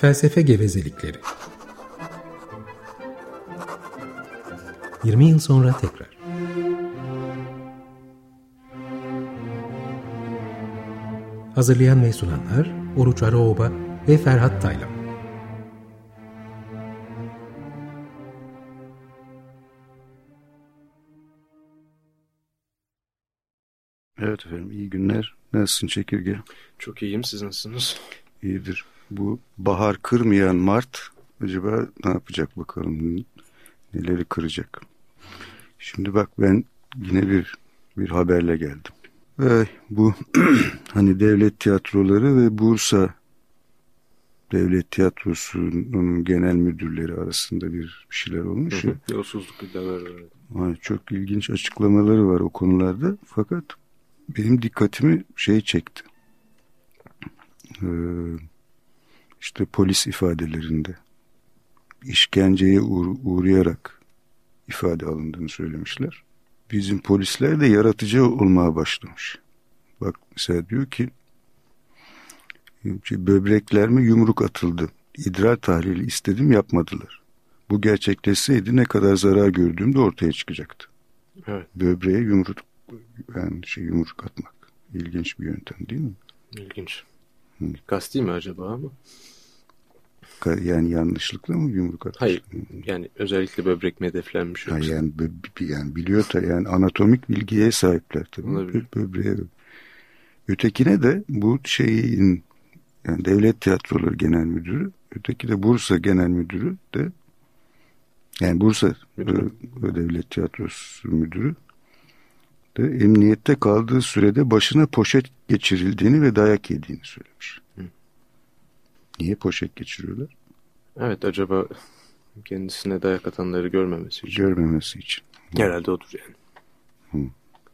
Felsefe gevezelikleri. 20 yıl sonra tekrar. Hazırlayan ve sunanlar Oruç Araoba ve Ferhat Taylan. Evet efendim, iyi günler. Nasılsın Çekirge? Çok iyiyim, siz nasılsınız? İyidir. Bu bahar kırmayan Mart acaba ne yapacak bakalım, neleri kıracak? Şimdi bak, ben yine bir haberle geldim. Bu hani devlet tiyatroları ve Bursa Devlet Tiyatrosu'nun genel müdürleri arasında bir şeyler olmuş ya. Yolsuzluk iddiaları var. Çok ilginç açıklamaları var o konularda. Fakat benim dikkatimi çekti. İşte polis ifadelerinde işkenceye uğrayarak ifade alındığını söylemişler. Bizim polisler de yaratıcı olmaya başlamış. Bak mesela diyor ki, böbreklerime yumruk atıldı. İdrar tahlili istedim, yapmadılar. Bu gerçekleşseydi ne kadar zarar gördüğüm de ortaya çıkacaktı. Evet. Böbreğe yumruk atmak. İlginç bir yöntem değil mi? İlginç. Kasti mi acaba ama? Yani yanlışlıkla mı yumruk atmış? Hayır. Yani özellikle böbrek mi hedeflenmiş yoksa? Yani biliyor da, yani anatomik bilgiye sahipler tabii. Böbreğe. Ötekine de bu yani Devlet Tiyatroları Genel Müdürü, öteki de Bursa Genel Müdürü de, yani Bursa Devlet Tiyatrosu Müdürü de emniyette kaldığı sürede başına poşet geçirildiğini ve dayak yediğini söylemiş. Niye poşet geçiriyorlar? Evet, acaba kendisine dayak atanları görmemesi için. Görmemesi için. Herhalde odur yani.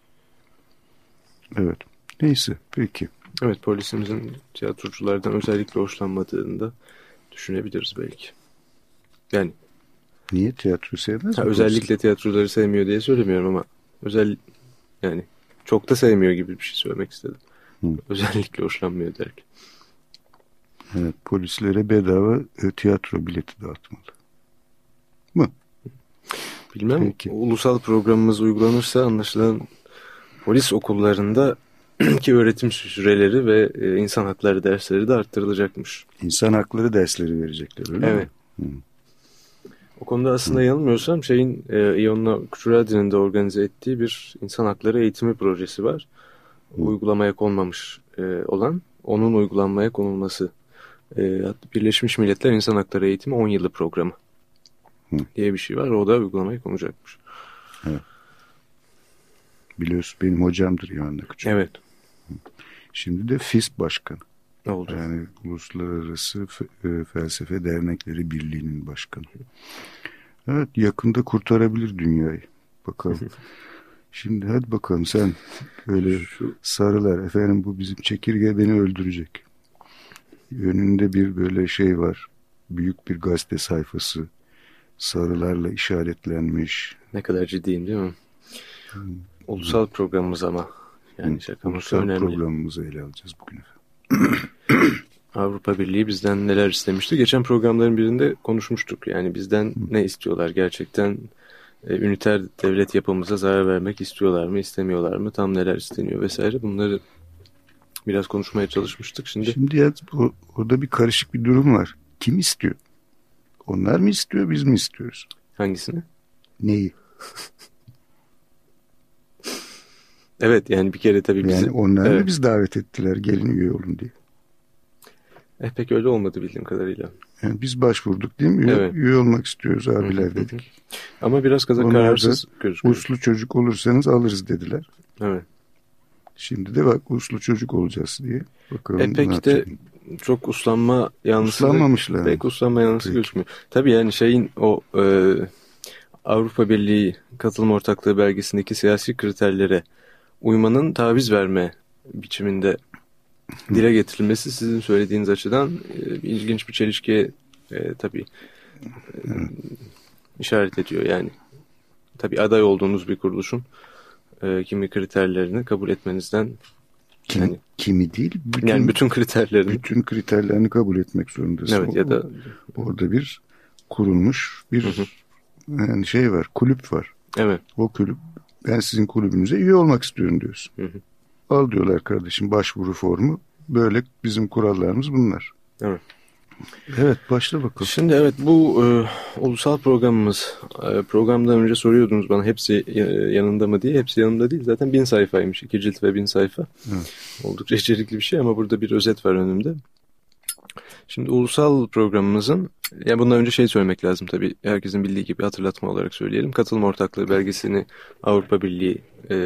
Evet. Neyse, peki. Evet, polisimizin tiyatroculardan özellikle hoşlanmadığını da düşünebiliriz belki. Yani. Niye tiyatro sevmez mi? Özellikle tiyatroları sevmiyor diye söylemiyorum ama yani çok da sevmiyor gibi bir şey söylemek istedim. Özellikle hoşlanmıyor derken. Evet, polislere bedava tiyatro bileti dağıtmalı. Mı? Bilmem. Peki. Ulusal programımız uygulanırsa anlaşılan polis okullarında ki öğretim süreleri ve insan hakları dersleri de arttırılacakmış. İnsan hakları dersleri verecekler, öyle mi? Evet. O konuda aslında yanılmıyorsam İON'la Küçüradin'in de organize ettiği bir insan hakları eğitimi projesi var. Uygulamaya konmamış olan, onun uygulanmaya konulması. Birleşmiş Milletler İnsan Hakları Eğitimi 10 yılı programı diye bir şey var. O da uygulamaya konacakmış. Evet. Biliyorsun, benim hocamdır İON'la Küçüradin. Evet. Şimdi de FİSP başkanı. Oldu. Yani Uluslararası Felsefe Dernekleri Birliği'nin başkanı. Evet, yakında kurtarabilir dünyayı. Bakalım. Şimdi hadi bakalım, sen böyle sarılar. Efendim, bu bizim çekirge beni öldürecek. Önünde bir böyle var. Büyük bir gazete sayfası. Sarılarla işaretlenmiş. Ne kadar ciddiyim değil mi? Ulusal programımız ama. Yani şakamız önemli. Ulusal programımızı ele alacağız bugün efendim. Avrupa Birliği bizden neler istemişti? Geçen programların birinde konuşmuştuk. Yani bizden ne istiyorlar gerçekten? Üniter devlet yapımıza zarar vermek istiyorlar mı, istemiyorlar mı? Tam neler isteniyor vesaire. Bunları biraz konuşmaya çalışmıştık. Şimdi ya, orada bir karışık bir durum var. Kim istiyor? Onlar mı istiyor, biz mi istiyoruz? Hangisini? Neyi? Evet, yani bir kere tabii bizi... Yani onlar mı biz davet ettiler, gelin üye olun diye? Pek öyle olmadı bildiğim kadarıyla. Yani biz başvurduk değil mi? Evet. Üye olmak istiyoruz abiler dedik. Ama biraz kararsız gözüküyor. Uslu çocuk olursanız alırız dediler. Evet. Şimdi de bak, uslu çocuk olacağız diye. Bakalım pek de çok uslanma yanlısı. Uslanmamışlar. Pek uslanma yanlısı gözükmüyor. Tabii yani Avrupa Birliği Katılım Ortaklığı belgesindeki siyasi kriterlere uymanın taviz verme biçiminde dile getirilmesi sizin söylediğiniz açıdan ilginç bir çelişkiye tabii işaret ediyor. Yani tabii aday olduğunuz bir kuruluşun kimi kriterlerini kabul etmenizden Kimi değil, bütün kriterlerini. Bütün kriterlerini kabul etmek zorundasın. Evet, ya da orada bir kurulmuş bir yani şey var, kulüp var. Evet. O kulüp, ben sizin kulübünüze üye olmak istiyorum diyorsun. Al diyorlar kardeşim başvuru formu. Böyle bizim kurallarımız bunlar. Evet. Evet, başla bakalım. Şimdi evet, bu ulusal programımız, programdan önce soruyordunuz bana hepsi yanında mı diye. Hepsi yanında değil, zaten 1000 sayfaymış, 2 cilt ve 1000 sayfa. Evet. Oldukça içerikli bir şey ama burada bir özet var önümde. Şimdi ulusal programımızın, yani bundan önce şey söylemek lazım tabii, herkesin bildiği gibi hatırlatma olarak söyleyelim. Katılım ortaklığı belgesini Avrupa Birliği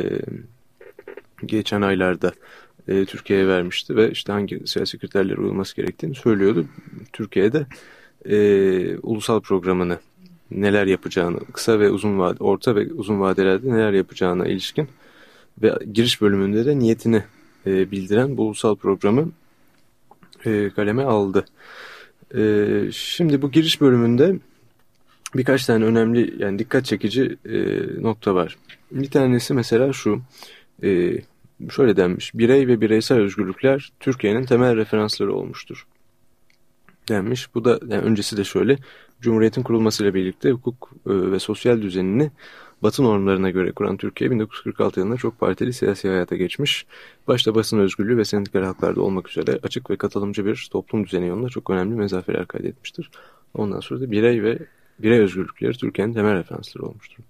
geçen aylarda Türkiye'ye vermişti ve işte hangi siyasi kriterlere uyulması gerektiğini söylüyordu. Türkiye'de ulusal programını neler yapacağını, kısa ve uzun orta ve uzun vadelerde neler yapacağına ilişkin ve giriş bölümünde de niyetini bildiren bu ulusal programı kaleme aldı. Şimdi bu giriş bölümünde birkaç tane önemli, yani dikkat çekici nokta var. Bir tanesi mesela şu. Şöyle denmiş: birey ve bireysel özgürlükler Türkiye'nin temel referansları olmuştur denmiş. Bu da, yani öncesi de şöyle: Cumhuriyet'in kurulmasıyla birlikte hukuk ve sosyal düzenini Batı normlarına göre kuran Türkiye 1946 yılında çok partili siyasi hayata geçmiş. Başta basın özgürlüğü ve sendikal haklarda olmak üzere açık ve katılımcı bir toplum düzeni yolunda çok önemli mezaferler kaydetmiştir. Ondan sonra da birey özgürlükleri Türkiye'nin temel referansları olmuştur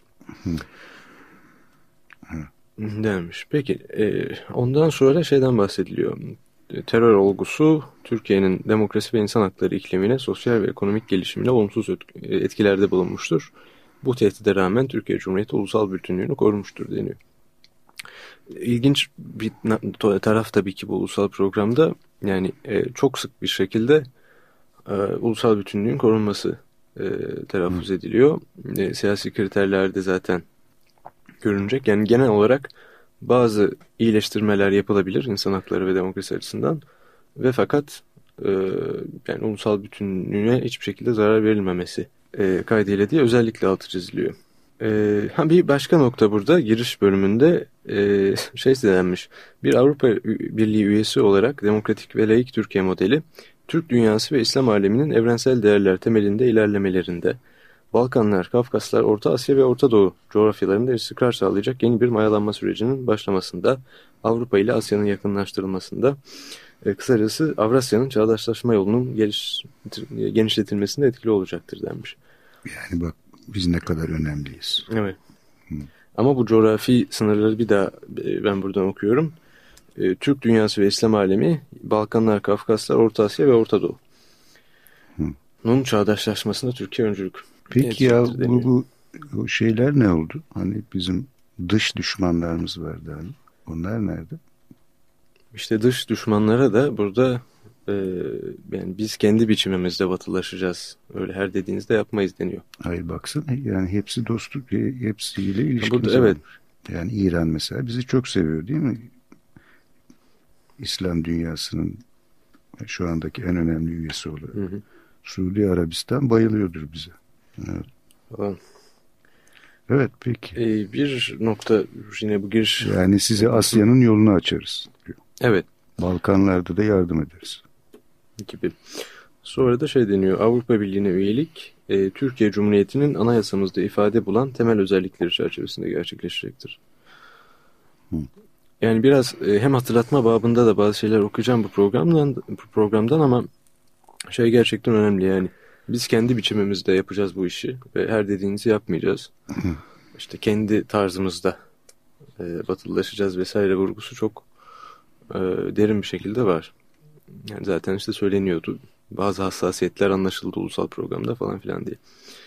denmiş. Peki ondan sonra şeyden bahsediliyor. Terör olgusu Türkiye'nin demokrasi ve insan hakları iklimine, sosyal ve ekonomik gelişimine olumsuz etkilerde bulunmuştur. Bu tehdide rağmen Türkiye Cumhuriyeti ulusal bütünlüğünü korumuştur deniyor. İlginç bir taraf tabii ki bu ulusal programda, yani çok sık bir şekilde ulusal bütünlüğün korunması telaffuz ediliyor. Siyasi kriterlerde zaten görünecek. Yani genel olarak bazı iyileştirmeler yapılabilir insan hakları ve demokrasi açısından ve fakat yani ulusal bütünlüğüne hiçbir şekilde zarar verilmemesi kaydıyla diye özellikle altı çiziliyor. Bir başka nokta burada giriş bölümünde şey denmiş: bir Avrupa Birliği üyesi olarak demokratik ve laik Türkiye modeli, Türk dünyası ve İslam aleminin evrensel değerler temelinde ilerlemelerinde, Balkanlar, Kafkaslar, Orta Asya ve Orta Doğu coğrafyalarında istikrar sağlayacak yeni bir mayalanma sürecinin başlamasında, Avrupa ile Asya'nın yakınlaştırılmasında, kısacası Avrasya'nın çağdaşlaşma yolunun genişletilmesinde etkili olacaktır denmiş. Yani bak, biz ne kadar önemliyiz. Evet. Ama bu coğrafi sınırları bir daha ben buradan okuyorum. Türk dünyası ve İslam alemi, Balkanlar, Kafkaslar, Orta Asya ve Orta Doğu. Bunun çağdaşlaşmasında Türkiye öncülük. Peki ya bu şeyler ne oldu? Hani bizim dış düşmanlarımız vardı hani. Onlar nerede? İşte dış düşmanlara da burada yani biz kendi biçimimizde batılaşacağız. Öyle her dediğinizde yapmayız deniyor. Hayır baksana, yani hepsi dostluk, hepsiyle ilişkimiz burada, evet. Yani İran mesela bizi çok seviyor değil mi? İslam dünyasının şu andaki en önemli üyesi olarak. Suudi Arabistan bayılıyordur bize. Evet. Falan. Evet, peki. Bir nokta yine bu giriş. Yani size Asya'nın yolunu açarız diyor. Evet. Balkanlarda da yardım ederiz. Gibi. Sonra da şey deniyor: Avrupa Birliği'ne üyelik Türkiye Cumhuriyeti'nin anayasamızda ifade bulan temel özellikleri çerçevesinde gerçekleşecektir. Yani biraz hem hatırlatma babında da bazı şeyler okuyacağım bu programdan ama şey gerçekten önemli, yani biz kendi biçimimizde yapacağız bu işi ve her dediğinizi yapmayacağız. İşte kendi tarzımızda batılılaşacağız vesaire vurgusu çok derin bir şekilde var. Yani zaten işte söyleniyordu. Bazı hassasiyetler anlaşıldı ulusal programda falan filan diye.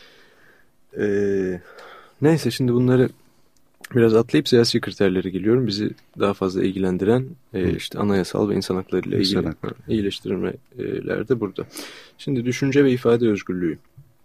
Neyse, şimdi bunları biraz atlayıp siyasi kriterlere geliyorum. Bizi daha fazla ilgilendiren işte anayasal ve insan haklarıyla ilgili iyileştirmeler de burada. Şimdi düşünce ve ifade özgürlüğü.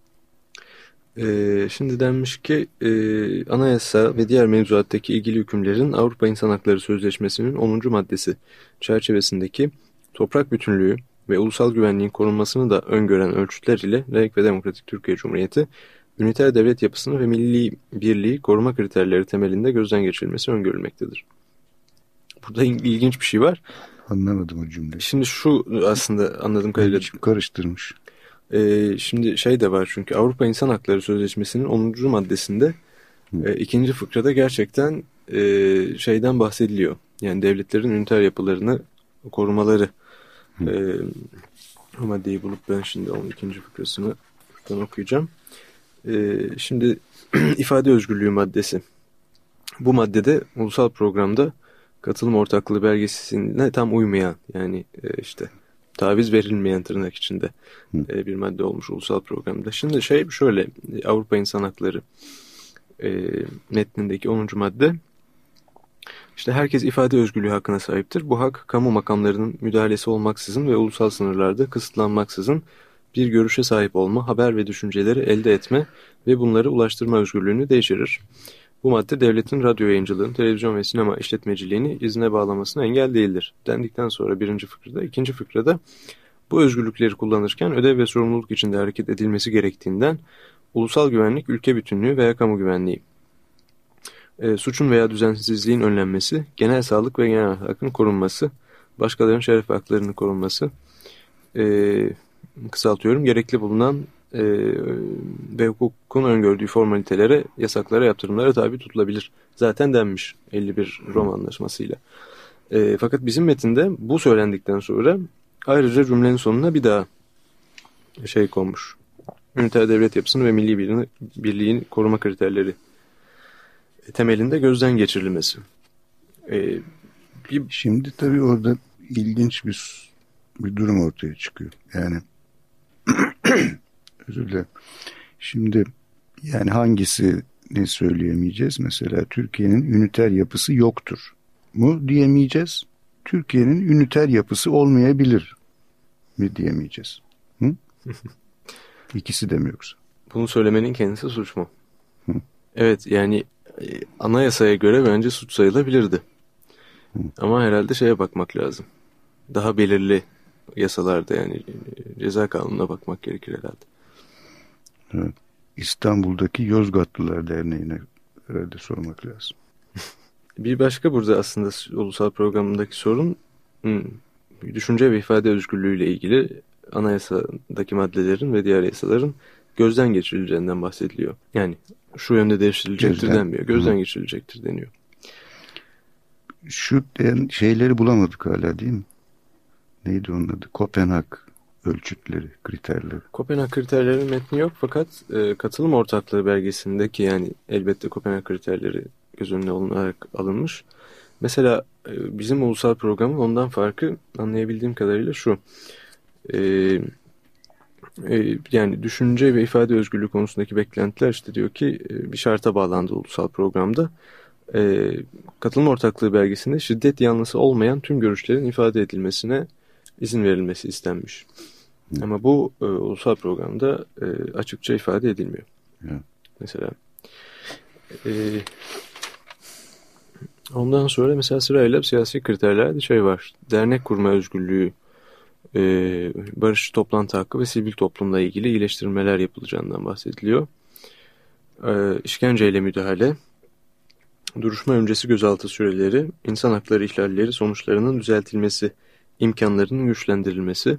Şimdi denmiş ki anayasa ve diğer mevzuattaki ilgili hükümlerin Avrupa İnsan Hakları Sözleşmesi'nin 10. maddesi çerçevesindeki toprak bütünlüğü ve ulusal güvenliğin korunmasını da öngören ölçütler ile laik ve demokratik Türkiye Cumhuriyeti, üniter devlet yapısını ve milli birliği koruma kriterleri temelinde gözden geçirilmesi öngörülmektedir. Bu burada ilginç bir şey var. Anlamadım o cümleyi. Şimdi şu aslında anladığım kadarıyla karıştırmış. Şimdi şey de var çünkü Avrupa İnsan Hakları Sözleşmesi'nin 10. maddesinde ikinci fıkrada gerçekten şeyden bahsediliyor. Yani devletlerin üniter yapılarını korumaları. O maddeyi bulup ben şimdi onun ikinci fıkrasını buradan okuyacağım. Şimdi ifade özgürlüğü maddesi. Bu maddede ulusal programda katılım ortaklığı belgesine tam uymayan, yani işte taviz verilmeyen tırnak içinde bir madde olmuş ulusal programda. Şimdi şöyle, Avrupa İnsan Hakları metnindeki 10. madde, işte herkes ifade özgürlüğü hakkına sahiptir. Bu hak kamu makamlarının müdahalesi olmaksızın ve ulusal sınırlarda kısıtlanmaksızın bir görüşe sahip olma, haber ve düşünceleri elde etme ve bunları ulaştırma özgürlüğünü de içerir. Bu madde devletin radyo yayıncılığını, televizyon ve sinema işletmeciliğini izne bağlamasına engel değildir dendikten sonra birinci fıkrada, ikinci fıkrada bu özgürlükleri kullanırken ödev ve sorumluluk içinde hareket edilmesi gerektiğinden ulusal güvenlik, ülke bütünlüğü veya kamu güvenliği, suçun veya düzensizliğin önlenmesi, genel sağlık ve genel ahlakın korunması, başkalarının şeref haklarının korunması, kısaltıyorum, gerekli bulunan ve hukukun öngördüğü formalitelere, yasaklara, yaptırımlara tabi tutulabilir. Zaten denmiş 51 Roma Anlaşması'yla. Fakat bizim metinde bu söylendikten sonra ayrıca cümlenin sonuna bir daha şey konmuş. Üniter devlet yapısını ve milli birliğin koruma kriterleri temelinde gözden geçirilmesi. Şimdi tabii orada ilginç bir durum ortaya çıkıyor. Yani özür dilerim. Şimdi yani hangisini söyleyemeyeceğiz? Mesela Türkiye'nin üniter yapısı yoktur mu diyemeyeceğiz. Türkiye'nin üniter yapısı olmayabilir mi diyemeyeceğiz. Hı? İkisi de mi yoksa? Bunu söylemenin kendisi suç mu? Hı. Evet, yani anayasaya göre bence suç sayılabilirdi. Hı. Ama herhalde şeye bakmak lazım. Daha belirli yasalarda, yani ceza kanununa bakmak gerekir herhalde. Evet. İstanbul'daki Yozgatlılar Derneği'ne herhalde sormak lazım. Bir başka burada aslında ulusal programındaki sorun düşünce ve ifade özgürlüğüyle ilgili anayasadaki maddelerin ve diğer yasaların gözden geçirileceğinden bahsediliyor. Yani şu yönde değiştirilecektir denmiyor. Gözden geçirilecektir deniyor. Şu şeyleri bulamadık hala, değil mi? Neydi onun adı? Kopenhag ölçütleri, kriterleri. Kopenhag kriterlerinin metni yok fakat katılım ortaklığı belgesindeki, yani elbette Kopenhag kriterleri göz önüne alınarak alınmış. Mesela bizim ulusal programın ondan farkı anlayabildiğim kadarıyla şu. Yani düşünce ve ifade özgürlüğü konusundaki beklentiler işte diyor ki bir şarta bağlandı ulusal programda. Katılım ortaklığı belgesinde şiddet yanlısı olmayan tüm görüşlerin ifade edilmesine izin verilmesi istenmiş. Ama bu ulusal programda açıkça ifade edilmiyor. Mesela ondan sonra mesela sırayla siyasi kriterlerde şey var. Dernek kurma özgürlüğü, barış toplantı hakkı ve sivil toplumla ilgili iyileştirmeler yapılacağından bahsediliyor. İşkenceyle müdahale, duruşma öncesi gözaltı süreleri, insan hakları ihlalleri sonuçlarının düzeltilmesi, imkanlarının güçlendirilmesi.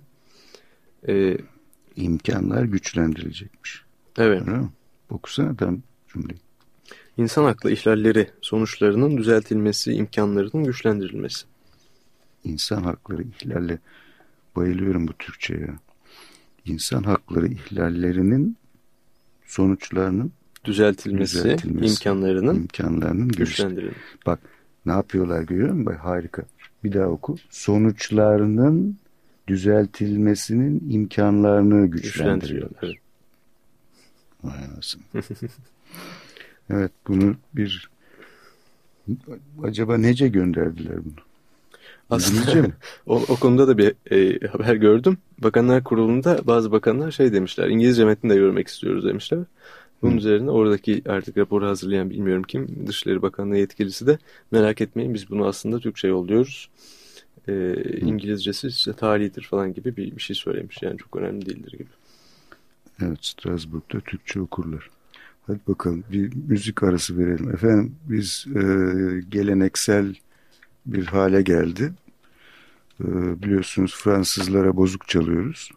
İmkanlar güçlendirilecekmiş. Evet. Okusana tam cümleyi. İnsan hakları ihlalleri sonuçlarının düzeltilmesi, imkanlarının güçlendirilmesi. İnsan hakları ihlalleri. Bayılıyorum bu Türkçe'ye. İnsan hakları ihlallerinin sonuçlarının düzeltilmesi imkanlarının güçlendirilmesi. Bak ne yapıyorlar, görüyor musun? Bak, harika. Bir daha oku. Sonuçlarının düzeltilmesinin imkanlarını güçlendiriyorlar. Evet. Vay anasını. Evet, bunu acaba nece gönderdiler bunu? Aslında o konuda da bir haber gördüm. Bakanlar Kurulu'nda bazı bakanlar şey demişler. İngilizce metni de görmek istiyoruz demişler. Bunun üzerine oradaki artık raporu hazırlayan bilmiyorum kim, Dışişleri Bakanlığı yetkilisi de merak etmeyin biz bunu aslında Türkçe yolluyoruz. İngilizcesi işte talidir falan gibi bir şey söylemiş. Yani çok önemli değildir gibi. Evet, Strasbourg'da Türkçe okurlar. Hadi bakalım bir müzik arası verelim. Efendim biz geleneksel bir hale geldi. Biliyorsunuz Fransızlara bozuk çalıyoruz.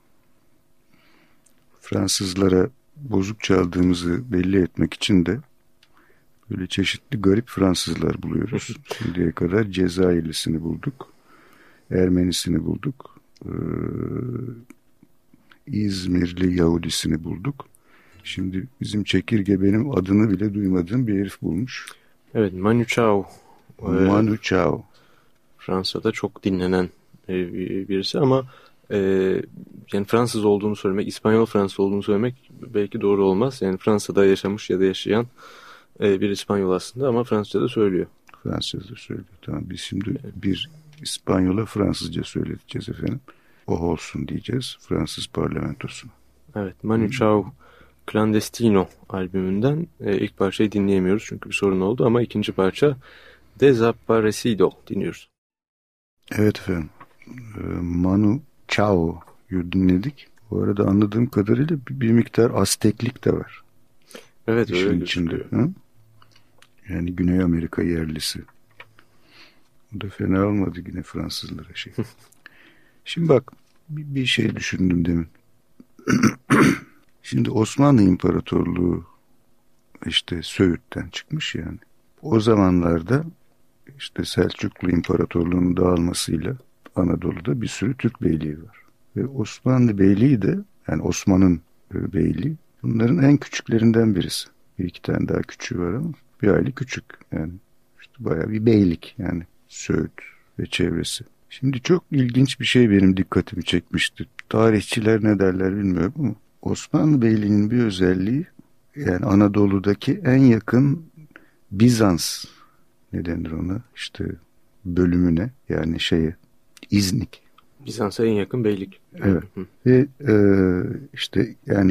Fransızlara bozuk çaldığımızı belli etmek için de böyle çeşitli garip Fransızlar buluyoruz. Şimdiye kadar Cezayirlisini bulduk. Ermenisini bulduk. İzmirli Yahudisini bulduk. Şimdi bizim çekirge benim adını bile duymadığım bir herif bulmuş. Evet, Manu Chao. Manu Chao. Fransa'da çok dinlenen birisi ama yani Fransız olduğunu söylemek, İspanyol Fransız olduğunu söylemek belki doğru olmaz. Yani Fransa'da yaşamış ya da yaşayan bir İspanyol aslında ama Fransızca da söylüyor. Fransızca da söylüyor. Tamam, biz şimdi bir İspanyola Fransızca söyleteceğiz efendim. O olsun diyeceğiz Fransız parlamentosuna. Evet, Manu Chao Clandestino albümünden ilk parçayı dinleyemiyoruz çünkü bir sorun oldu ama ikinci parça Desaparecido dinliyoruz. Evet efendim. Manu Chao'yu dinledik. Bu arada anladığım kadarıyla bir miktar Azteklik de var. Evet, İşin öyle içinde. Yani Güney Amerika yerlisi. O da fena olmadı yine Fransızlara şey. Şimdi bak bir şey düşündüm demin. Şimdi Osmanlı İmparatorluğu işte Söğüt'ten çıkmış yani. O zamanlarda işte Selçuklu İmparatorluğu'nun dağılmasıyla Anadolu'da bir sürü Türk beyliği var. Ve Osmanlı Beyliği de yani Osman'ın beyliği bunların en küçüklerinden birisi. Bir iki tane daha küçüğü var ama bir aile küçük. Yani işte bayağı bir beylik yani Söğüt ve çevresi. Şimdi çok ilginç bir şey benim dikkatimi çekmişti. Tarihçiler ne derler bilmiyorum ama Osmanlı Beyliği'nin bir özelliği yani Anadolu'daki en yakın Bizans ne denir ona işte bölümüne yani İznik. Bizans'a en yakın beylik. Evet. Ve işte yani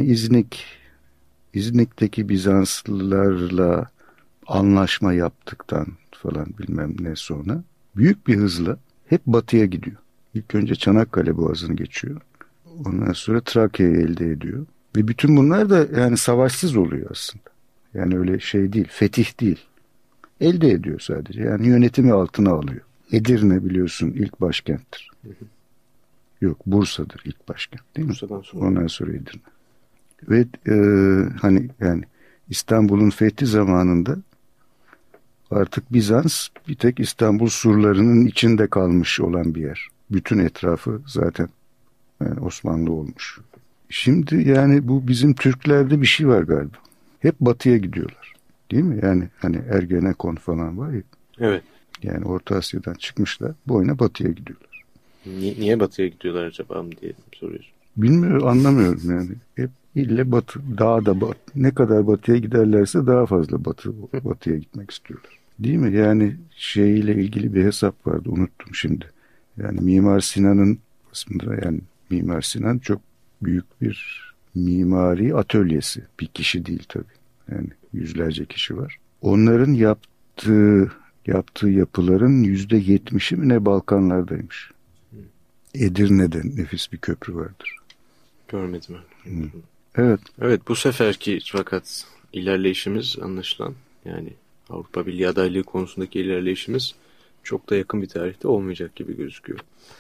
İznik'teki Bizanslılarla anlaşma yaptıktan falan bilmem ne sonra büyük bir hızla hep batıya gidiyor. İlk önce Çanakkale Boğazı'nı geçiyor. Ondan sonra Trakya'yı elde ediyor. Ve bütün bunlar da yani savaşsız oluyor aslında. Yani öyle şey değil, fetih değil. Elde ediyor sadece. Yani yönetimi altına alıyor. Edirne biliyorsun ilk başkenttir. Yok, Bursa'dır ilk başkent değil mi? Bursa'dan sonra. Ondan sonra Edirne. Ve hani yani İstanbul'un fethi zamanında artık Bizans bir tek İstanbul surlarının içinde kalmış olan bir yer. Bütün etrafı zaten Osmanlı olmuş. Şimdi yani bu bizim Türklerde bir şey var galiba. Hep batıya gidiyorlar. Değil mi? Yani hani Ergenekon falan var ya. Evet. Yani Orta Asya'dan çıkmışlar. Boyuna batıya gidiyorlar. Niye batıya gidiyorlar acaba diye soruyorsun. Bilmiyorum, anlamıyorum yani. Hep ille batı, daha da batı. Ne kadar batıya giderlerse daha fazla batıya gitmek istiyorlar. Değil mi? Yani şeyle ilgili bir hesap vardı. Unuttum şimdi. Yani Mimar Sinan'ın aslında yani Mimar Sinan çok büyük bir mimari atölyesi. Bir kişi değil tabii. Yani yüzlerce kişi var. Onların yaptığı yapıların %70'i mi ne Balkanlardaymış. Edirne'de nefis bir köprü vardır. Görmedim. Evet. Evet, bu seferki fakat ilerleyişimiz anlaşılan yani Avrupa Birliği adaylığı konusundaki ilerleyişimiz çok da yakın bir tarihte olmayacak gibi gözüküyor.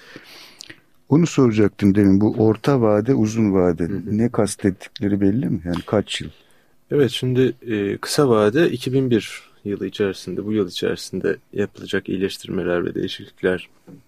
Onu soracaktım demin. Bu orta vade, uzun vade. Ne kastettikleri belli mi? Yani kaç yıl? Evet, şimdi kısa vade 2001 yılı içerisinde, bu yıl içerisinde yapılacak iyileştirmeler ve değişiklikler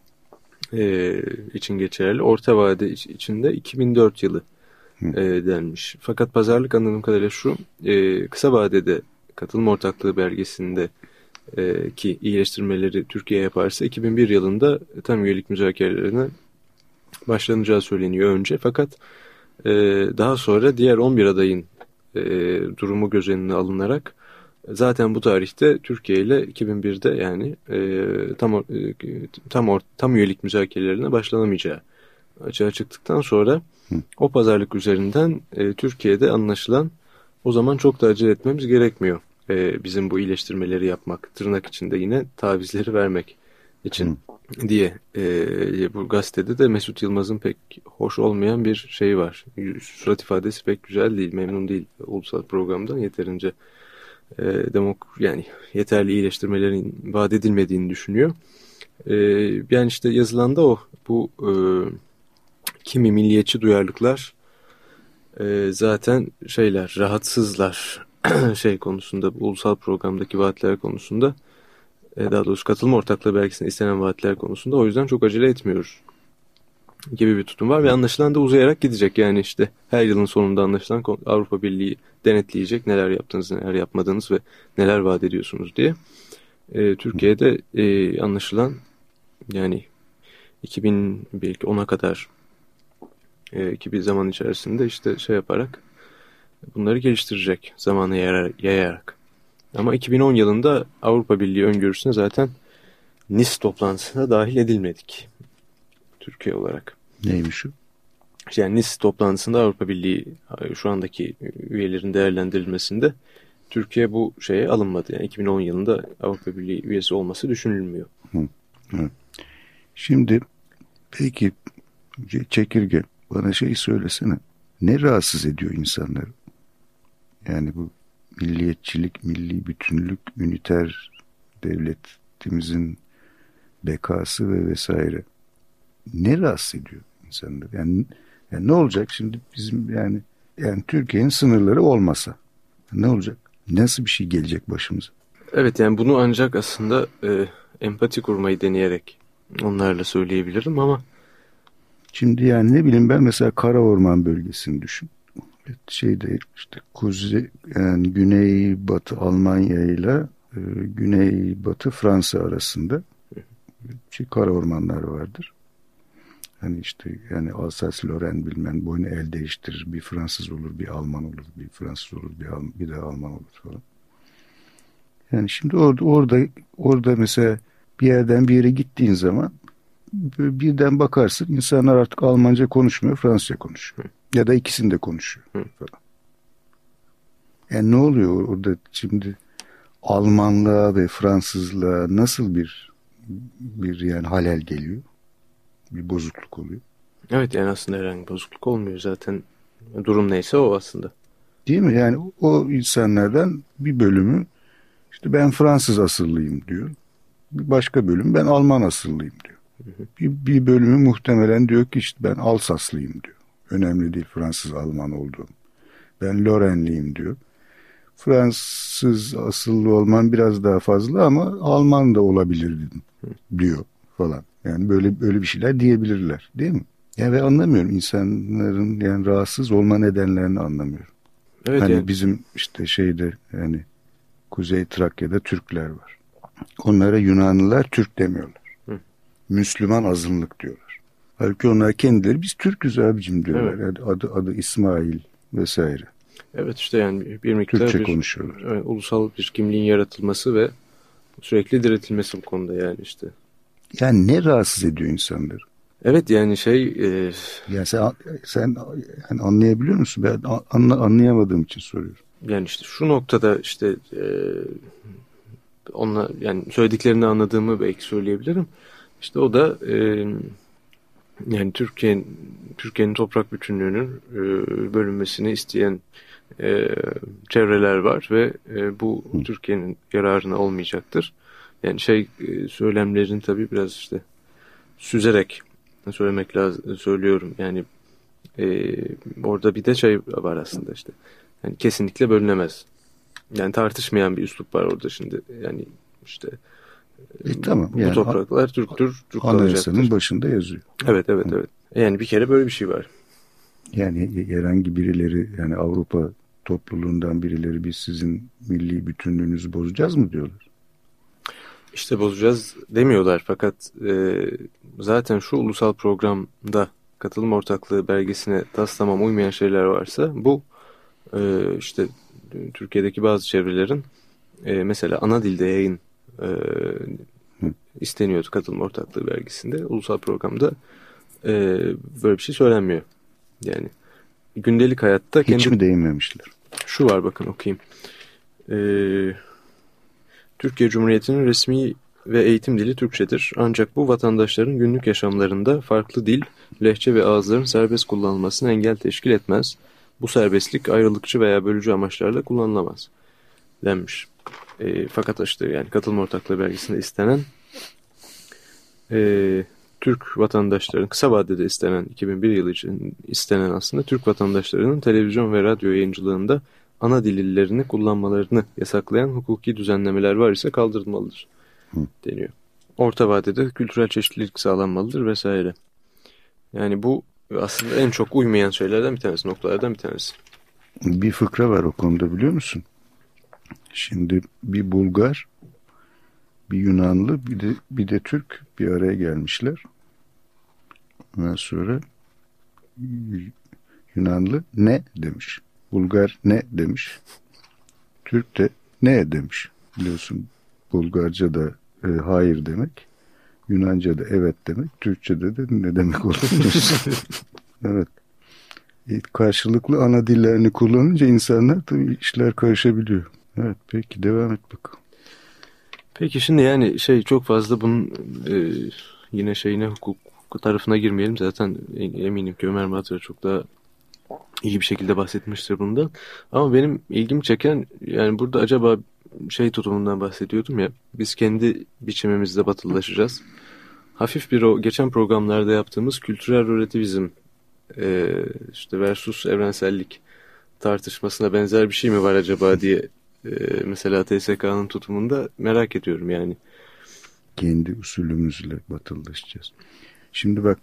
için geçerli. Orta vade içinde 2004 yılı denmiş. Fakat pazarlık anladığım kadarıyla şu, kısa vadede katılım ortaklığı belgesinde ki iyileştirmeleri Türkiye yaparsa 2001 yılında tam üyelik müzakerelerine başlanacağı söyleniyor önce. Fakat daha sonra diğer 11 adayın durumu göz önüne alınarak zaten bu tarihte Türkiye ile 2001'de yani tam üyelik müzakerelerine başlanamayacağı açığa çıktıktan sonra o pazarlık üzerinden Türkiye'de anlaşılan o zaman çok da acele etmemiz gerekmiyor. Bizim bu iyileştirmeleri yapmak, tırnak içinde yine tavizleri vermek için diye bu gazetede de Mesut Yılmaz'ın pek hoş olmayan bir şey var. Surat ifadesi pek güzel değil, memnun değil ulusal programdan yeterince yani yeterli iyileştirmelerin vaat edilmediğini düşünüyor. Yani işte yazılanda bu kimi milliyetçi duyarlılıklar zaten rahatsızlar şey konusunda, bu ulusal programdaki vaatler konusunda, daha doğrusu katılım ortaklığı belgesinde istenen vaatler konusunda, o yüzden çok acele etmiyoruz gibi bir tutum var ve anlaşılan da uzayarak gidecek. Yani işte her yılın sonunda anlaşılan Avrupa Birliği denetleyecek neler yaptınız, neler yapmadınız ve neler vaat ediyorsunuz diye. Türkiye'de anlaşılan yani 2010'a kadar ki bir zaman içerisinde işte yaparak bunları geliştirecek, zamanı yayarak. Ama 2010 yılında Avrupa Birliği öngörüsüne zaten Nice toplantısına dahil edilmedik Türkiye olarak. Neymiş o? Yani Nice toplantısında Avrupa Birliği şu andaki üyelerin değerlendirilmesinde Türkiye bu şeye alınmadı. Yani 2010 yılında Avrupa Birliği üyesi olması düşünülmüyor. Evet. Şimdi peki Çekirge, bana söylesene. Ne rahatsız ediyor insanları? Yani bu milliyetçilik, milli bütünlük, üniter devletimizin bekası ve vesaire. Ne rahatsız ediyor insanları? Yani ne olacak şimdi bizim yani Türkiye'nin sınırları olmasa ne olacak? Nasıl bir şey gelecek başımıza? Evet, yani bunu ancak aslında empati kurmayı deneyerek onlarla söyleyebilirim ama şimdi yani ne bileyim ben mesela Karaorman bölgesini düşün. İşte kuzey yani güneybatı Almanya ile güneybatı Fransa arasında kara ormanlar vardır. Hani işte yani Alsace-Lorraine bilmem boyunu el değiştirir. Bir Fransız olur, bir Alman olur, bir Fransız olur, bir de Alman olur falan. Yani şimdi orada mesela bir yerden bir yere gittiğin zaman birden bakarsın insanlar artık Almanca konuşmuyor, Fransızca konuşuyor. Ya da ikisini de konuşuyor falan. Yani ne oluyor orada şimdi Almanlığa ve Fransızlığa nasıl bir yani halel geliyor? Bir bozukluk oluyor. Evet, yani aslında herhangi bir bozukluk olmuyor zaten. Durum neyse o aslında. Değil mi? Yani o insanlardan bir bölümü işte ben Fransız asıllıyım diyor. Bir başka bölüm ben Alman asıllıyım diyor. Bir bölümü muhtemelen diyor ki işte ben Alsaslıyım diyor. Önemli değil Fransız Alman olduğum. Ben Lorenliyim diyor. Fransız asıllı olman biraz daha fazla ama Alman da olabilirdim diyor falan. Yani böyle bir şeyler diyebilirler, değil mi? Yani ve anlamıyorum insanların yani rahatsız olma nedenlerini anlamıyorum. Evet, hani yani. Bizim işte yani Kuzey Trakya'da Türkler var. Onlara Yunanlılar Türk demiyorlar. Müslüman azınlık diyorlar. Halbuki onlar kendileri biz Türk'üz abicim diyorlar. Evet. Yani adı İsmail vesaire. Evet, işte yani bir miktar Türkçe konuşuyorlar. Ulusal bir kimliğin yaratılması ve sürekli diretilmesi bu konuda yani işte. Yani ne rahatsız ediyor insanları? Evet, yani yani sen yani anlayabiliyor musun? Ben anlayamadığım için soruyorum. Yani işte şu noktada işte onunla yani söylediklerini anladığımı belki söyleyebilirim. İşte o da yani Türkiye'nin toprak bütünlüğünün bölünmesini isteyen çevreler var ve bu Türkiye'nin yararına olmayacaktır. Yani söylemlerini tabii biraz işte süzerek söylemek lazım, söylüyorum. Yani orada bir de var aslında işte. Yani kesinlikle bölünemez. Yani tartışmayan bir üslup var orada şimdi. Yani işte tamam. Bu topraklar Türktür, Türk kalacaktır. Anayasanın başında yazıyor. Evet. Yani bir kere böyle bir şey var. Yani herhangi birileri yani Avrupa topluluğundan birileri biz sizin milli bütünlüğünüzü bozacağız mı diyorlar. İşte bozacağız demiyorlar fakat zaten şu ulusal programda katılım ortaklığı belgesine taslamam uymayan şeyler varsa bu işte Türkiye'deki bazı çevrelerin mesela ana dilde yayın isteniyordu katılım ortaklığı belgesinde. Ulusal programda böyle bir şey söylenmiyor. Yani gündelik hayatta hiç mi değinmemişler? Şu var, bakın okuyayım. Türkiye Cumhuriyeti'nin resmi ve eğitim dili Türkçedir. Ancak bu vatandaşların günlük yaşamlarında farklı dil, lehçe ve ağızların serbest kullanılmasına engel teşkil etmez. Bu serbestlik ayrılıkçı veya bölücü amaçlarla kullanılamaz denmiş. Fakat işte yani katılım ortaklığı belgesinde istenen Türk vatandaşların kısa vadede istenen 2001 yılı için istenen aslında Türk vatandaşlarının televizyon ve radyo yayıncılığında ana dillerini kullanmalarını yasaklayan hukuki düzenlemeler var ise kaldırılmalıdır deniyor. Orta vadede kültürel çeşitlilik sağlanmalıdır vesaire. Yani bu aslında en çok uymayan şeylerden bir tanesi, noktalardan bir tanesi. Bir fıkra var o konuda biliyor musun? Şimdi bir Bulgar, bir Yunanlı, bir de Türk bir araya gelmişler. Ondan sonra Yunanlı ne demiş. Bulgar ne demiş. Türk de ne demiş. Biliyorsun Bulgarca da hayır demek. Yunanca da evet demek. Türkçe'de de ne demek olur. Evet. Karşılıklı ana dillerini kullanınca insanlar tabii işler karışabiliyor. Evet, peki devam et bakalım. Peki şimdi yani çok fazla bunun yine hukuk tarafına girmeyelim. Zaten eminim ki Ömer Madra çok daha iyi bir şekilde bahsetmiştir bundan. Ama benim ilgimi çeken yani burada acaba tutumundan bahsediyordum ya. Biz kendi biçimimizde batılılaşacağız. Hafif bir o geçen programlarda yaptığımız kültürel relativizm versus evrensellik tartışmasına benzer bir şey mi var acaba diye mesela TSK'nın tutumunda merak ediyorum yani. Kendi usulümüzle batılılaşacağız. Şimdi bak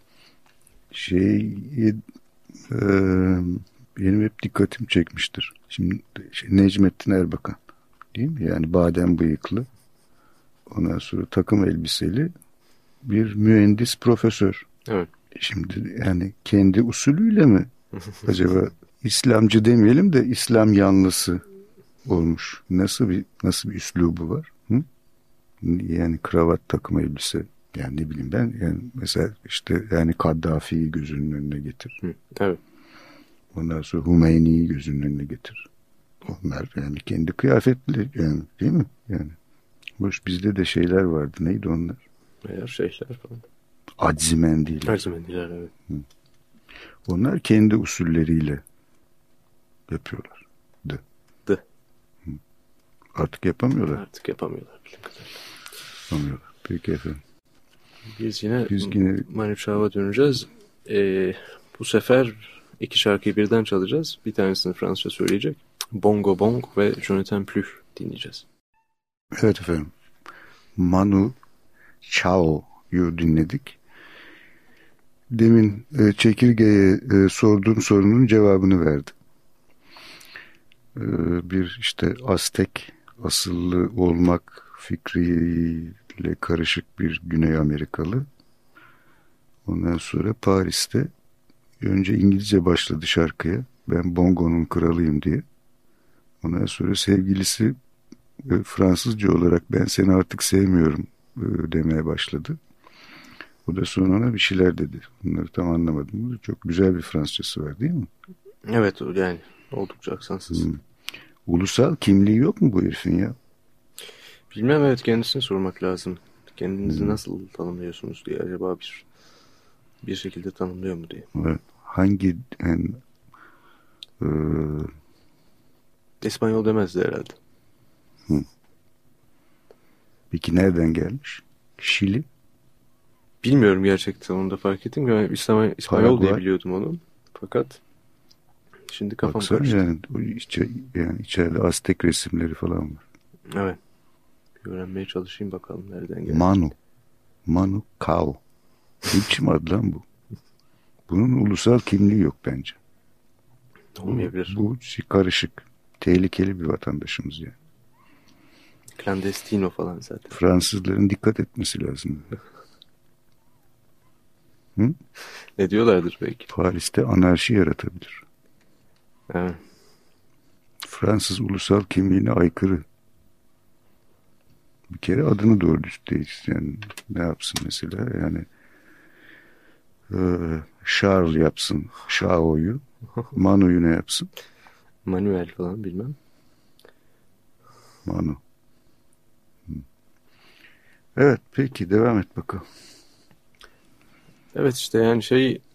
benim hep dikkatim çekmiştir. Şimdi Necmettin Erbakan değil mi? Yani badem bıyıklı, ondan sonra takım elbiseli bir mühendis profesör. Evet. Şimdi yani kendi usulüyle mi acaba İslamcı demeyelim de İslam yanlısı olmuş. Nasıl bir üslubu var? Hı? Yani kravat, takım elbise. Yani ne bileyim ben. Yani mesela yani Kaddafi'yi gözünün önüne getir. Evet. Ondan sonra Hümeyni'yi gözünün önüne getir. Onlar yani kendi kıyafetli yani değil mi? Yani hoş bizde de şeyler vardı. Neydi onlar? Meğer şeyhler falan. Aczimendiler. Aczimendiler evet. Onlar kendi usulleriyle yapıyorlar. Artık yapamıyorlar. Artık yapamıyorlar. Yapamıyorlar. Peki efendim. Biz yine Manu Chao'ya döneceğiz. Bu sefer 2 şarkıyı birden çalacağız. Bir tanesini Fransızca söyleyecek. Bongo Bong ve Je ne t'aime plus dinleyeceğiz. Evet efendim. Manu Chao'yu dinledik. Demin Çekirge'ye sorduğum sorunun cevabını verdi. Bir Aztek asıllı olmak fikriyle karışık bir Güney Amerikalı. Ondan sonra Paris'te önce İngilizce başladı şarkıya. Ben bongonun kralıyım diye. Ondan sonra sevgilisi Fransızca olarak ben seni artık sevmiyorum demeye başladı. O da sonra ona bir şeyler dedi. Bunları tam anlamadım. Çok güzel bir Fransızcası var değil mi? Evet yani oldukça aksansız. Ulusal kimliği yok mu bu herifin ya? Bilmem, evet, kendisine sormak lazım. Kendinizi nasıl tanımlıyorsunuz diye, acaba bir şekilde tanımlıyor mu diye. Evet. Hangi İspanyol demezdi herhalde. Peki nereden gelmiş? Şili? Bilmiyorum gerçekten, onu da fark ettim. Ben İspanyol diye biliyordum onu. Fakat şimdi kafam karıştı. Yani içeride Aztek resimleri falan var. Evet. Bir öğrenmeye çalışayım bakalım nereden geldi. Manu Chao. Ne biçim adı lan bu? Bunun ulusal kimliği yok bence. Olmayabilir. Bu karışık. Tehlikeli bir vatandaşımız yani. Clandestino falan zaten. Fransızların dikkat etmesi lazım. Hı? Ne diyorlardır belki? Paris'te anarşi yaratabilir. Evet. Fransız ulusal kimliğine aykırı. Bir kere adını doğru düzgün yani ne yapsın mesela yani Charles yapsın Chao'yu, Manu'yu ne yapsın? Manuel falan bilmem. Manu. Evet, peki devam et bakalım. Evet işte yani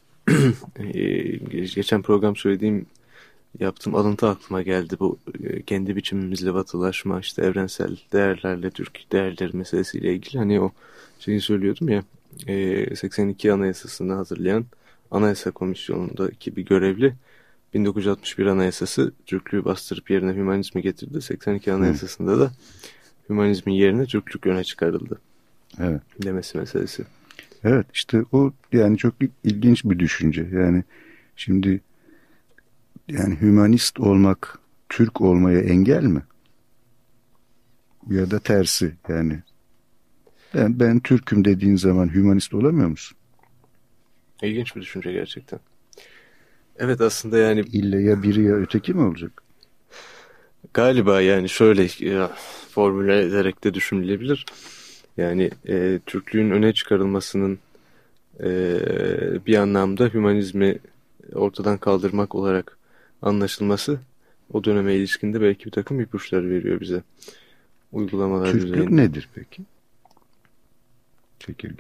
geçen program yaptığım alıntı aklıma geldi. Bu kendi biçimimizle batılaşma, evrensel değerlerle Türk değerleri meselesiyle ilgili. Hani o şeyi söylüyordum ya, 82 Anayasası'nı hazırlayan Anayasa Komisyonu'ndaki bir görevli 1961 Anayasası Türklüğü bastırıp yerine hümanizmi getirdi. 82 Anayasası'nda da hümanizmin yerine Türklük öne çıkarıldı. Evet. Demesi meselesi. Evet, işte o yani çok ilginç bir düşünce. Yani şimdi yani hümanist olmak Türk olmaya engel mi? Ya da tersi yani. Ben Türk'üm dediğin zaman hümanist olamıyor musun? İlginç bir düşünce gerçekten. Evet, aslında yani İlle ya biri ya öteki mi olacak? Galiba yani şöyle formüle ederek de düşünülebilir. Yani Türklüğün öne çıkarılmasının bir anlamda hümanizmi ortadan kaldırmak olarak anlaşılması o döneme ilişkinde belki bir takım ipuçları veriyor bize. Uygulamalar Türklük düzeyinde. nedir peki? Çekirge.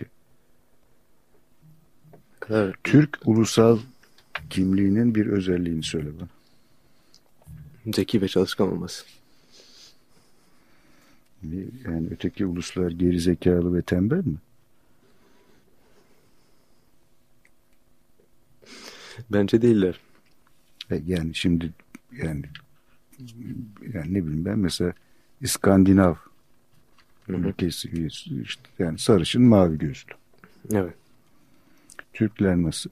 Evet. Türk ulusal kimliğinin bir özelliğini söyle bana. Zeki ve çalışkan olması. Yani öteki uluslar geri zekalı ve tembel mi? Bence değiller. Yani şimdi yani ne bileyim ben mesela İskandinav ülkesi işte yani sarışın mavi gözlü. Evet. Türkler nasıl?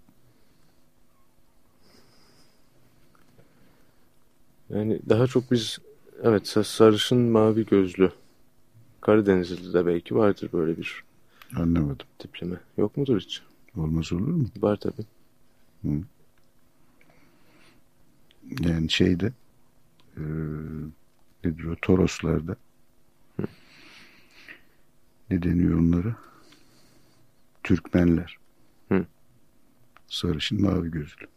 Yani daha çok biz evet sarışın mavi gözlü Karadenizli'de de belki vardır böyle bir Anlamadım. tipleme. Yok mudur hiç? Olmaz olur mu? Var tabii. Hı. Yani şeyde nedir o Toroslarda ne deniyor onlara? Türkmenler. Hı. Sarışın mavi gözlü.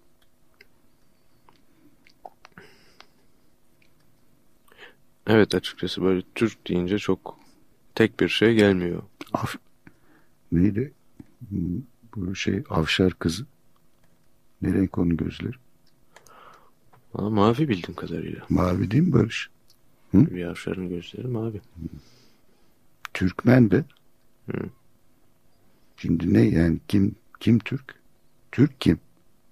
Evet, açıkçası böyle Türk deyince çok tek bir şey gelmiyor. Neydi? Bu Avşar kızı. Ne renk onun gözleri? Ama mavi bildiğim kadarıyla. Mavi değil mi Barış? Hı? Bir Avşar'ın gözleri mavi. Türkmen de. Hı. Şimdi ne yani kim Türk? Türk kim?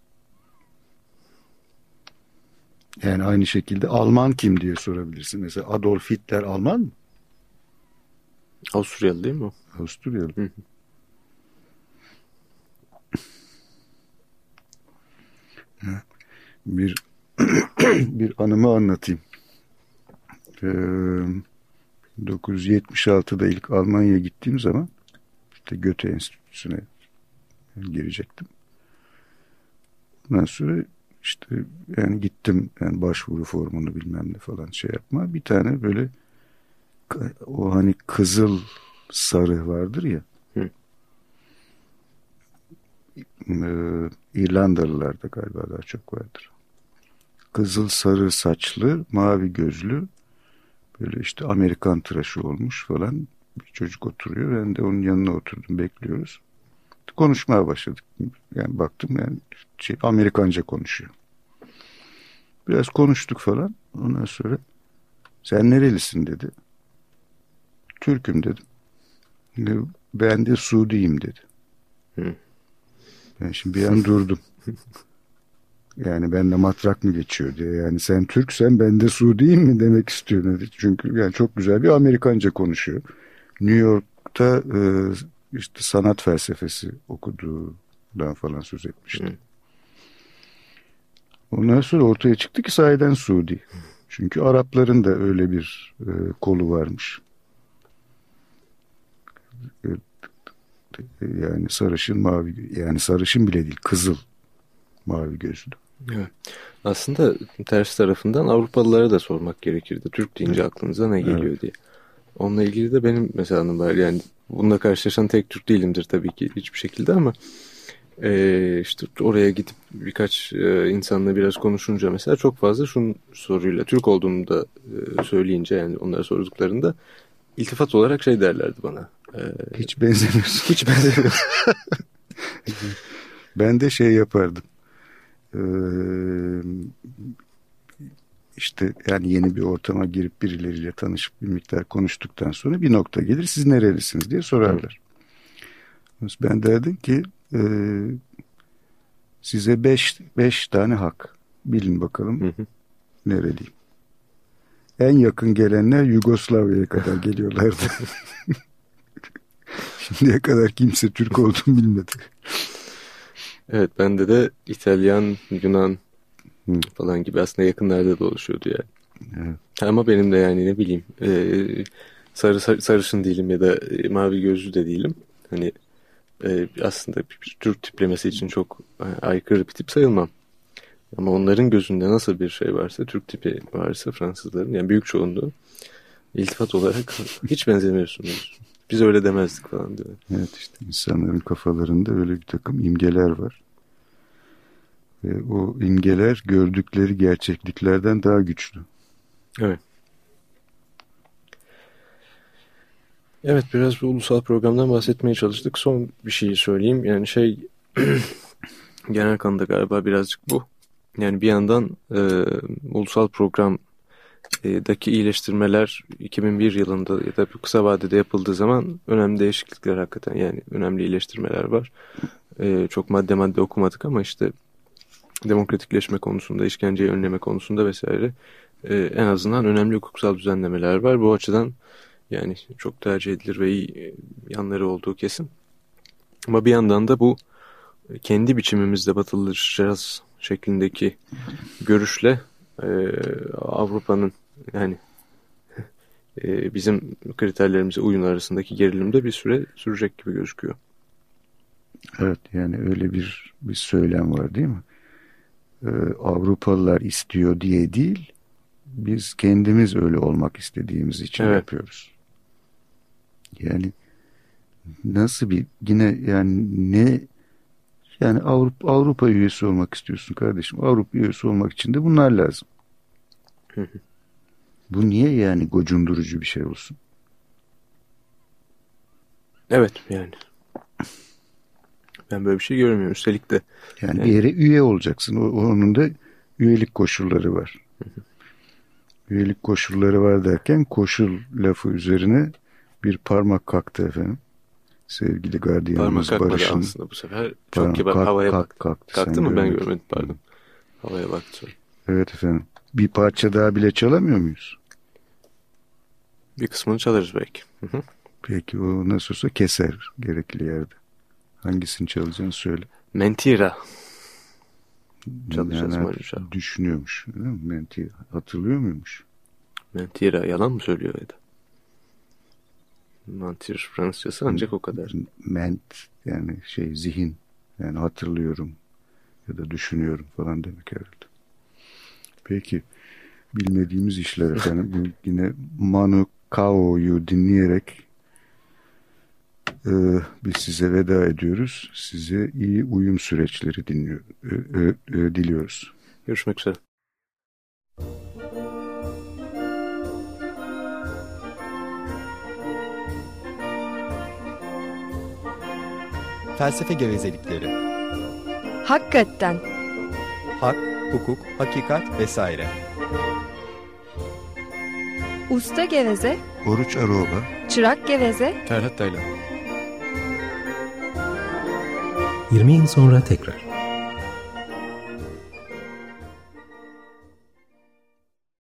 Yani aynı şekilde Alman kim diye sorabilirsin. Mesela Adolf Hitler Alman mı? Avusturyalı değil mi o? Avusturyalı. Hı. Bir bir anımı anlatayım. 1976'da ilk Almanya'ya gittiğim zaman işte Goethe Enstitüsü'ne girecektim. Ondan sonra işte yani gittim yani başvuru formunu bilmem ne falan şey yapma. Bir tane böyle o hani kızıl sarı vardır ya. Hı. İrlandalılarda galiba daha çok vardır. Kızıl sarı saçlı, mavi gözlü böyle işte Amerikan tıraşı olmuş falan bir çocuk oturuyor. Ben de onun yanına oturdum, bekliyoruz. Konuşmaya başladık. Yani baktım yani Amerikanca konuşuyor. Biraz konuştuk falan. Ondan sonra sen nerelisin dedi. Türk'üm dedim. Ben de Suudiyim dedi. Hı. Ben şimdi bir an durdum. Yani bende matrak mı geçiyor diye. Yani sen Türksen ben de Suudiyim mi demek istiyor dedi. Çünkü yani çok güzel bir Amerikanca konuşuyor. New York'ta işte sanat felsefesi okuduğundan falan söz etmişti. Hı. Ondan sonra ortaya çıktı ki sahiden Suudi. Çünkü Arapların da öyle bir kolu varmış. Yani sarışın mavi, yani sarışın bile değil, kızıl mavi gözlü. Evet. Aslında ters tarafından Avrupalılara da sormak gerekirdi. Türk deyince aklınıza ne geliyor Evet. diye. Onunla ilgili de benim mesela anım var. Yani bununla karşılaşan tek Türk değilimdir tabii ki hiçbir şekilde ama işte oraya gidip birkaç insanla biraz konuşunca mesela çok fazla şunun soruyla Türk olduğumu da söyleyince yani onlara sorduklarında iltifat olarak şey derlerdi bana. Hiç benzemiyorsun. Hiç benzemiyorsun. Ben de şey yapardım. İşte yani yeni bir ortama girip birileriyle tanışıp bir miktar konuştuktan sonra bir nokta gelir. Siz nerelisiniz diye sorarlar. Ben derdim ki size 5 tane hak. Bilin bakalım nereliyim. En yakın gelenler Yugoslavya'ya kadar geliyorlardı. Şimdiye kadar kimse Türk olduğunu bilmedi. Evet, bende de İtalyan, Yunan falan gibi aslında yakınlarda dolaşıyordu yani. Evet. Ama benim de yani ne bileyim sarışın değilim ya da mavi gözlü de değilim. Hani aslında bir Türk tiplemesi için çok aykırı bir tip sayılmam. Ama onların gözünde nasıl bir şey varsa, Türk tipi varsa Fransızların, yani büyük çoğunluğu iltifat olarak hiç benzemiyorsunuz. Biz öyle demezdik falan diyor. Evet, işte insanların kafalarında öyle bir takım imgeler var. Ve o imgeler gördükleri gerçekliklerden daha güçlü. Evet. Evet, biraz bir ulusal programdan bahsetmeye çalıştık. Son bir şeyi söyleyeyim. Yani genel kanıda galiba birazcık bu. Yani bir yandan ulusal programdaki iyileştirmeler 2001 yılında ya da bir kısa vadede yapıldığı zaman önemli değişiklikler, hakikaten yani önemli iyileştirmeler var. Çok madde okumadık ama işte demokratikleşme konusunda, işkenceyi önleme konusunda vesaire en azından önemli hukuksal düzenlemeler var. Bu açıdan yani çok tercih edilir ve iyi yanları olduğu kesin. Ama bir yandan da bu kendi biçimimizde batılılaşacağız şeklindeki görüşle Avrupa'nın yani bizim kriterlerimize uyum arasındaki gerilimde bir süre sürecek gibi gözüküyor. Evet, yani öyle bir söylem var değil mi? Avrupalılar istiyor diye değil, biz kendimiz öyle olmak istediğimiz için yapıyoruz. Yani nasıl bir yine yani ne yani Avrupa üyesi olmak istiyorsun kardeşim. Avrupa üyesi olmak için de bunlar lazım. Bu niye yani gocundurucu bir şey olsun? Evet yani. Ben böyle bir şey görmüyorum. Üstelik de. Yani bir yere üye olacaksın. Onun da üyelik koşulları var. Üyelik koşulları var derken koşul lafı üzerine bir parmak kalktı efendim. Sevgili gardiyanımız Barış'ın. Aslında bu sefer çok kibar havaya baktı. Kalktı mı? Ben görmedim, pardon. Havaya baktı. Evet efendim. Bir parça daha bile çalamıyor muyuz? Bir kısmını çalarız belki. Peki o nasıl olsa keser gerekli yerde. Hangisini çalacağını söyle. Mentira. Çalacağız yani maalesef. Düşünüyormuş. Mentira. Hatırlıyor muymuş? Mentira. Yalan mı söylüyor ya da? Mentir Fransızcası ancak o kadar. Yani zihin. Yani hatırlıyorum ya da düşünüyorum falan demek herhalde. Peki. Bilmediğimiz işler efendim. Bu yine Manu Chao'yu dinleyerek biz size veda ediyoruz. Size iyi uyum süreçleri diliyoruz. Görüşmek üzere. Felsefe gevezelikleri. Hakikaten. Hak, hukuk, hakikat vesaire. Usta geveze. Oruç Aroğla. Çırak geveze. Ferhat Taylan. 20 yıl sonra tekrar.